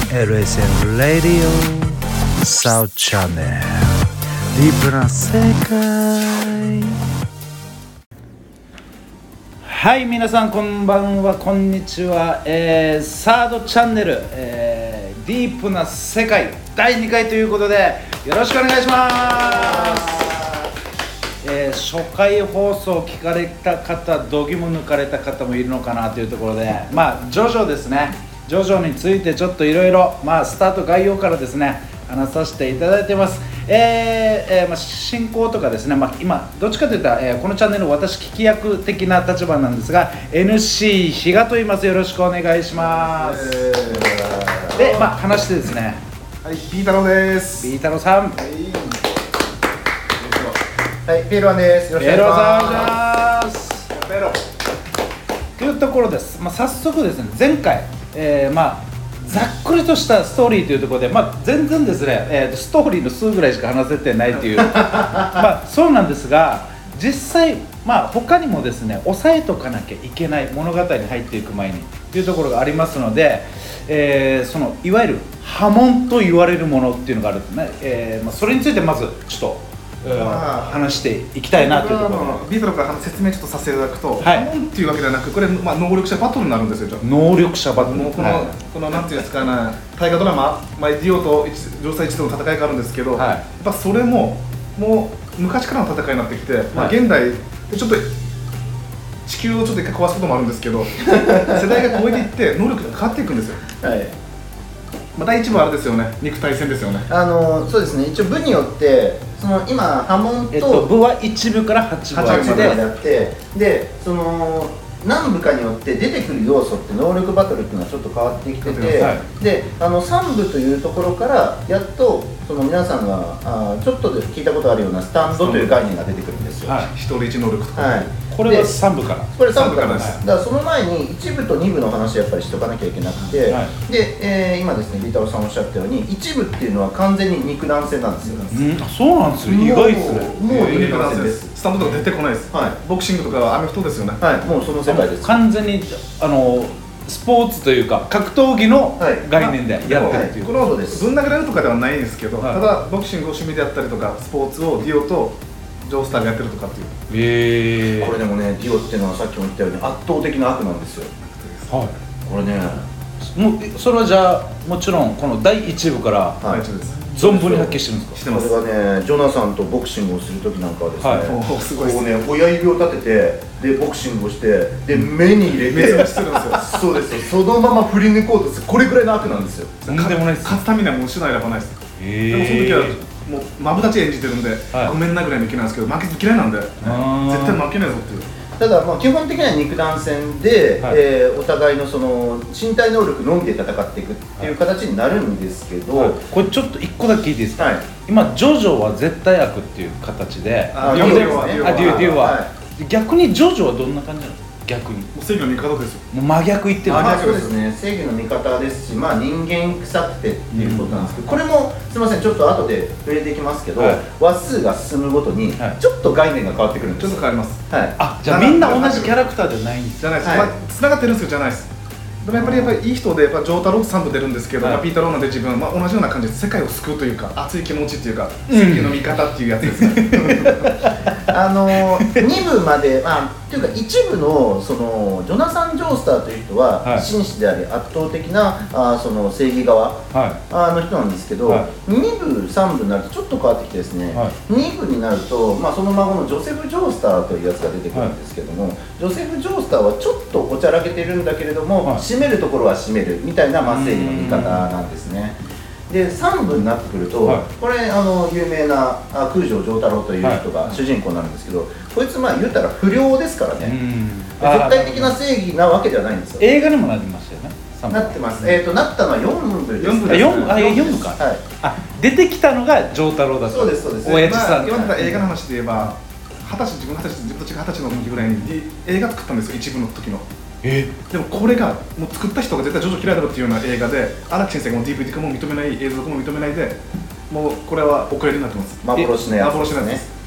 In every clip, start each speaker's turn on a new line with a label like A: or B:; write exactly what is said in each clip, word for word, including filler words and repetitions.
A: エルエスエム Radio South Channel ディープな世界。はい、皆さんこんばんは、こんにちは、えー、サードチャンネル、えー、ディープな世界だいにかいということでよろしくお願いします。えー、初回放送を聞かれた方、度肝抜かれた方もいるのかなというところで、まあジョジョですね、ジョジョについてちょっといろいろ、まあスタート概要からですね話させていただいてます。えーえーまあ、進行とかですね、まあ、今どっちかというと、えー、このチャンネル私聞き役的な立場なんですが エヌシー 比嘉と言います。よろしくお願いします。えー、で、まあ、話してですね、
B: はい、ピータローです。
A: ピータローさん、はい
B: はい、ペロワンです。よろしくお願いします。
A: ペロというところです。まあ、早速ですね、前回、えー、まあざっくりとしたストーリーというところで、まあ、全然ですね、えー、ストーリーの数ぐらいしか話せてないというまあそうなんですが、実際、まあ、他にもですね押さえとかなきゃいけない物語に入っていく前にというところがありますので、えー、そのいわゆる波紋と言われるものっていうのがあるんですね。えーまあ、それについてまずちょっとまあ、話していきたいなというところで、
B: ビートロから説明ちょっとさせていただくと、
A: はい、
B: 波紋っていうわけではなく、これ、まあ、能力者バトルになるんですよ。
A: 能力者バトル、
B: この、はい、このなんていうんですかね、大河ドラマ、まあ、ディオと城西一同の戦いがあるんですけど、はい、やっぱそれももう昔からの戦いになってきて、はい、まあ、現代でちょっと地球をちょっと一回壊すこともあるんですけど世代が超えていって能力が変わっていくんですよ。はい、まあ、第一部はあれですよね、肉体戦ですよね。
C: あのそうですね、一応部によってその今波紋と、
A: えっと、部はいち部からはち部ま
C: でやって、でその何部かによって出てくる要素って能力バトルっていうのはちょっと変わってきてて、はい、であのさん部というところからやっとその皆さんがあちょっとで聞いたことあるようなスタンドという概念が出てくるんですよ。
B: はい、一人一能力とか、
C: はい、
A: これはさん部から、
C: これさん部からです。だからその前にいち部とに部の話をやっぱりしとかなきゃいけなくて、はい、で、えー、今ですね、ビータローさんおっしゃったようにいち部っていうのは完全に肉弾戦なんですよ。
A: うん、そうなんですよ、意外ですね。
C: もう肉弾戦です。
B: スタンドとか出てこないです。はい、ボクシングとかアメフトですよね。
C: はい、もうその世界です。
A: 完全にあのスポーツというか格闘技の概念でやってるっていう、
B: はい、このぶん殴られるとかではないんですけど、はい、ただボクシングを趣味でやったりとかスポーツをディオとジョースターがやってるとかっていう。
C: えー、これでもね、ディオっていうのはさっきも言ったように圧倒的な悪なんですよ。はい、これね、
A: もうそれはじゃあもちろんこのだいいち部から、はい、存分に発揮してるんですか？
C: してます。それがね、ジョナサンとボクシングをするときなんかはですね、はい、こうね、親指を立ててでボクシングをしてで目に入れて、目覚してるんですよ。そうですよ、そのまま振り抜こうとする、これぐらいの悪なんですよ。
B: とんでもないです。勝つためにはもう手段選ばないです。でもその時はもうマブダチ演じてるんで、はい、ごめんなぐらいの気なんですけど、負けず嫌いなんで絶対負けないぞっていう。
C: ただまあ基本的には肉弾戦で、はい、えー、お互いのその身体能力のみで戦っていくっていう形になるんですけど、はい、
A: これちょっといっこだけ聞いていいですか？はい、今ジョジョは絶対悪っていう形で、
C: あデュオは、
A: デュオは逆にジョジョはどんな感じなの？逆に
B: もう正義の味方ですよ。
A: もう真逆言ってる。
C: まあそうですね、正義の味方ですし、まあ人間臭くてっていうことなんですけど、これもすみません、ちょっと後で触れていきますけど、はい、話数が進むごとにちょっと概念が変わってくるんです。
B: ちょっと変わります。
C: はい、
A: あ、じゃあみんな同じキャラクターじゃないんです。
B: じゃないです。はい、まあ繋がってるんですけどじゃないです。でもやっぱりやっぱりいい人でやっぱジョータローさん部出るんですけど、はい、ピータローなんで自分、まあ、同じような感じで世界を救うというか熱い気持ちっていうか、正義の味方っていうやつですね。
C: あのに部まで、まあ、っていうか一部のそのジョナサン・ジョースターという人は、はい、紳士であり圧倒的なあその正義側、はい、あの人なんですけど、はい、に部さん部になるとちょっと変わってきてですね、はい、に部になると、まあ、その孫のジョセフ・ジョースターというやつが出てくるんですけども、はい、ジョセフ・ジョースターはちょっとおちゃらけてるんだけれども、はい、締めるところは締めるみたいな、まあ、正義の味方なんですね。でさん部になってくると、はい、これあの有名なあ空城城太郎という人が主人公になるんですけど、はい、こいつまあ言ったら不良ですからね、絶対的な正義なわけではないんですよ。
A: 映画にもなりましたよね。
C: なってます。えっ、ー、となったのはよん部です。よん部
A: です。よん、あ、よん部か。はい。あ、出てきたのが城太郎だった。
C: そうですそうです。
B: 親父さん。今まで映画の話で言えば、二十歳自分二十歳自分たちが二十歳の時ぐらいに映画作ったんですよ、一部の時の。えー、でもこれがもう作った人が絶対ジョジョ嫌いだろうっていうような映画で、荒木先生がもう ディーブイディー 化も認めない、映像化も認めないで、もうこれは遅れになってます。
C: 幻のやつですね。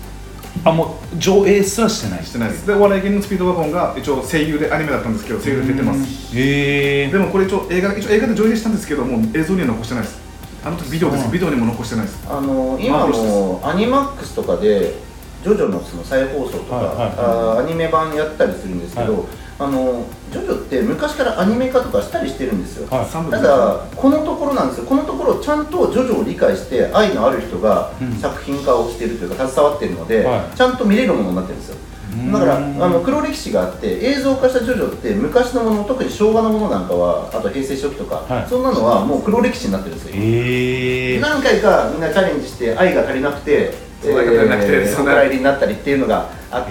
A: あ、もう上映すらしてない
B: してないです。でお笑い芸人のスピードワゴンが一応声優でアニメだったんですけど声優で出てます。
A: へえ。
B: でもこれ一応映画一応映画で上映したんですけどもう映像には残してないです。あの時ビデオです。ビデオにも残してないです。
C: あの今もアニマックスとかでジョジョのその再放送とか、はいはいはい、あアニメ版やったりするんですけど、はい、あのジョジョって昔からアニメ化とかしたりしてるんですよ、はい、ただこのところなんですよ。このところちゃんとジョジョを理解して愛のある人が作品化をしているというか携わっているので、はい、ちゃんと見れるものになってるんですよ。だからあの黒歴史があって映像化したジョジョって昔のもの、特に昭和のものなんかは、あと平成初期とか、はい、そんなのはもう黒歴史になってるんですよ。へー。何回かみんなチャレンジして愛が足りなくてお蔵入りになったりっていうのがあって、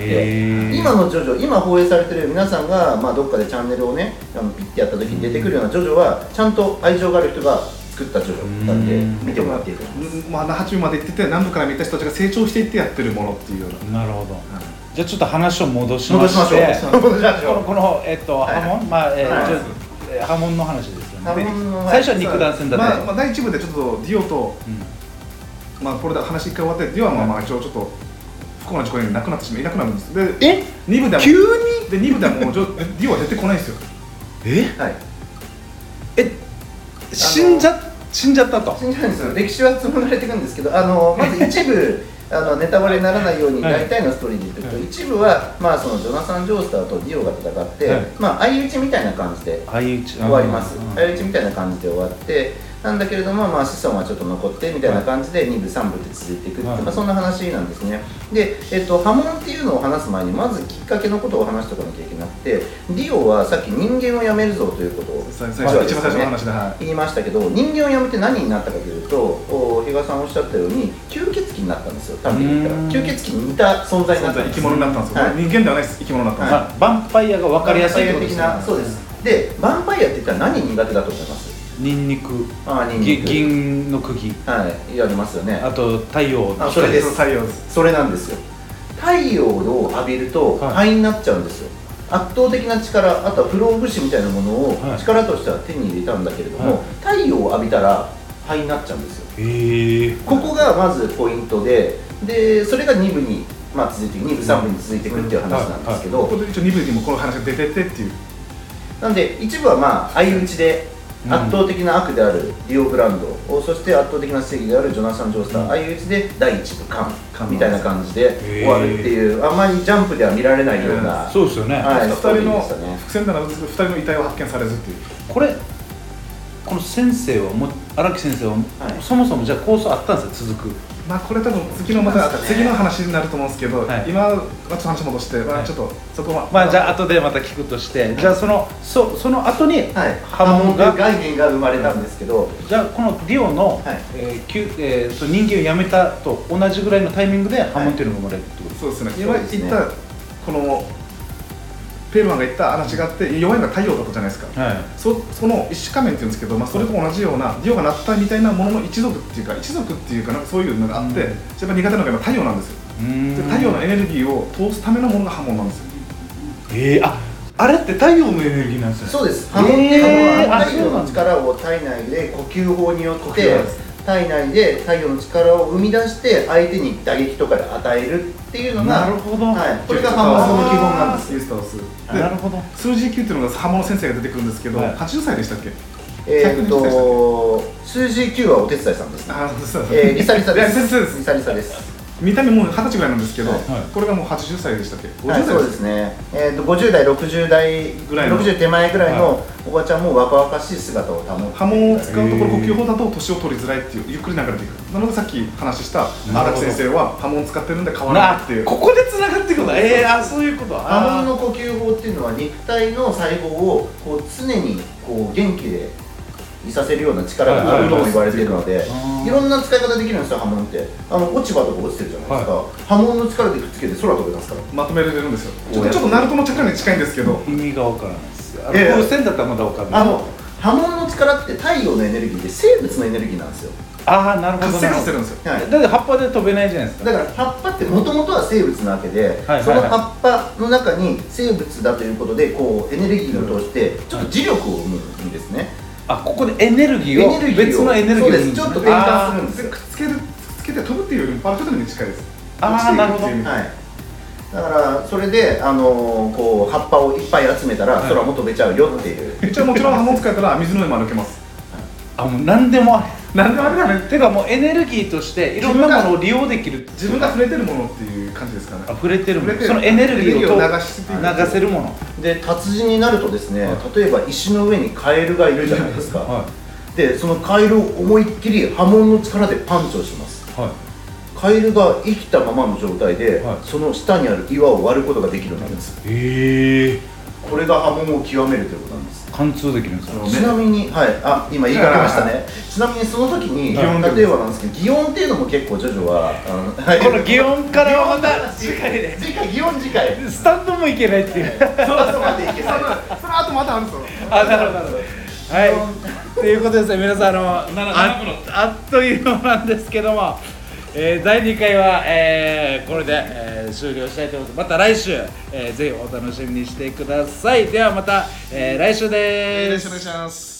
C: 今のジョジョ、今放映されてる皆さんが、まあ、どっかでチャンネルをねあのピッてやった時に出てくるようなジョジョはちゃんと愛情がある人が作ったジョジョなんで見てもらっていいと思います。
B: まあ、はち部まで行ってて南部から見た人たちが成長していってやってるものっていうような。
A: なるほど、はい、じゃあちょっと話を戻しまして、戻しましょうこの、この、えっと、波紋、まあ、えー、波紋の話ですよね。最初は肉弾戦だった、
B: まあまあ、だいいち部でちょっとディオと、うん、まあこれで話一回終わってディオはまあまあ一応ちょっと不幸な事故になくなってしまいなくなるんです。で
A: え
B: に部では
A: 急に
B: でに部ではもうディオは出てこないんですよ。
A: えはいえ死んじゃ死んじゃったと
C: 死んじゃうんですよ。歴史は紡がれていくんですけど、あのまず一部あのネタバレにならないように大体のストーリーで言っておくと、はい、一部は、まあ、そのジョナサン・ジョースターとディオが戦って、はい、まあ、相打ちみたいな感じで終わります。相打ちみたいな感じで終わってなんだけれども、まあ、子孫はちょっと残ってみたいな感じでに部さん部って続いていくって、はい、まあ、そんな話なんですね。で、えっと、波紋っていうのを話す前にまずきっかけのことを話しておかなきゃいけなくて、ディオはさっき人間を辞めるぞということを
B: 最初は一番最初の話で、はい、
C: 言いましたけど、人間を辞めて何になったかというと、比嘉さんおっしゃったように吸血鬼になったんですよ。単純に言ったら吸血鬼に似た存在になったんです。
B: 生き物になったんですよ、はい、人間ではないです。生き物になったんです、
A: はい、ヴァンパイアが分かりやすいってことですね。
C: そうです。で、ヴァンパイアって言ったら何苦手だと思います？
A: ニンニク、
C: あニンニク
A: 銀の釘、
C: はい、やりますよね。
A: あと太陽、
C: あそれです。
B: 太陽です。
C: それなんですよ。太陽を浴びると肺になっちゃうんですよ、はい、圧倒的な力、あとは不老不死みたいなものを力としては手に入れたんだけれども、はい、太陽を浴びたら肺になっちゃうんですよ。へー。ここがまずポイントで、でそれがに部に、まあ、続いてに部さん部に続いていくっていう話なんですけど、
B: ここで一応に部にもこの話が出ててっていう。
C: なんで一部はまあ相打ちで圧倒的な悪であるディオ・ブランド、そして圧倒的な正義であるジョナサン・ジョースター、相打ちでだいいち部カンみたいな感じで終わるっていう、あんまりジャンプでは見られないような、
A: そうですよね、
C: はい、
B: ふたりの伏線だな、ふたりの遺体を発見されずっていう。
A: これこの先生はも荒木先生は、はい、そもそもじゃあ構想あったんですよ、続く。
B: まあこれ多分次のまた次の話になると思うんですけど、はい、今はちょっと話戻して、まあ、ちょっとそこは
A: まあじゃあ後でまた聞くとして、はい、じゃあそのそその後に
C: 波紋が概念が生まれたんですけど、
A: じゃあこのディオの、はい、えーえー、その人間を辞めたと同じぐらいのタイミングで波紋っていうのが生まれるってことですか。
B: そうですね。今言ったこのペールマンが言った話があって、弱いのが太陽だったじゃないですか、はい、そ, その一種仮面っていうんですけど、まあ、それと同じようなディオがなったみたいなものの一族っていうか一族っていうかなんかそういうのがあって、うん、一番苦手なのが太陽なんですよ。で太陽のエネルギーを通すためのものが波紋なんですよ。
A: えー、ああれって太陽のエネルギーなんですね。
C: そうです。波紋っていうのは太陽の力を体内で呼吸法によって体内で太陽の力を生み出して相手に打撃とかで与えるっていうのが、
A: なるほど、
C: はい、これが波紋の基本なんですよ。
A: なるほど。
B: 数字きゅうっていうのが波紋の先生が出てくるんですけど、はい、はちじゅっさいでしたっけ？
C: えーっと数字きゅうはお手伝いさんですね。
B: あ、そうです。
C: えー、リサリサです。
B: リサリサです。
C: リサリサです。
B: 見た目もうはたちぐらいなんですけど、はい、これがもうはちじゅっさいでしたっけ？ごじゅうだい、
C: はい、そうですね。えー、とごじゅう代ろくじゅう代ぐらいのろくじゅう手前ぐらいのおばちゃんも若々しい姿を保って、
B: 波紋を使うところ呼吸法だと年を取りづらいっていう、ゆっくり流れていく。なのでさっき話した荒木先生は波紋を使ってるんで変わらないっていう。
A: ここで繋がっていくんだ。えー、あ、そういうこと。
C: 波紋の呼吸法っていうのは肉体の細胞をこう常にこう元気でいさせるような力があるとも言われているので、いろんな使い方できるんですよ。波紋ってあの落ち葉とか落ちてるじゃないですか、はい、波紋の力でくっつけて空飛べますから、
B: まとめられるんですよ。ちょっとちょっとナルトの力に近いんですけど、
A: 意味がわからないです。あの風船だったらまだわかんない。
C: あの波紋の力って太陽のエネルギーで生物のエネルギーなんですよ。
A: ああ、なるほど。
B: 活性化してるんですよ。
A: はい、だから葉っぱで飛べないじゃないですか。
C: だから葉っぱってもともとは生物なわけで、はい、その葉っぱの中に生物だということでこうエネルギーを通してちょっと磁力を生むんですね。
A: あ、ここでエネルギーを別のエネルギーを
C: ちょっと転換するんですよ。
B: くっつける、くっつけて飛ぶっていうよりもパラシュートに近いです。 落ちていくっていう意味で、
C: はい、だからそれで、あのー、こう葉っぱをいっぱい集めたら、はい、空も飛べちゃうよっていう。
B: 一応もちろん葉も使えたら水の上も歩けます。
A: あ、もう何でもあれ、
B: 何でもあれだね。
A: ていうかもうエネルギーとしていろんなものを利用できる。
B: 自分が触れてるものっていう感じですかね。
A: あ、触れてるもの、そのエネルギーを流し流せるもの
C: で、達人になるとですね、はい、例えば石の上にカエルがいるじゃないですか、はい、でそのカエルを思いっきり波紋の力でパンチをします、はい、カエルが生きたままの状態で、はい、その下にある岩を割ることができるようになるんです。
A: へえ。
C: これが波紋を極めるということなんです。
A: 貫通できるんですか。
C: ちなみに、はい、あ、今言いかけましたね。ちなみにその時に、例えばなんですけど、擬音っていうのも結構ジョジョは、
A: この擬音からはまた次回で。
C: 次回擬音次回。
A: スタンドもいけないっていう。
C: そうそうまでいけない。
B: その後またあるんですよ。
A: あ、なるほどなるほど。はい。ということですね、皆さん、あのああっという間なんですけども。えー、だいにかいは、えー、これで、えー、終了したいと思います。また来週、えー、ぜひお楽しみにしてください。ではまた、えー、来週です。
B: よろしくお願いします。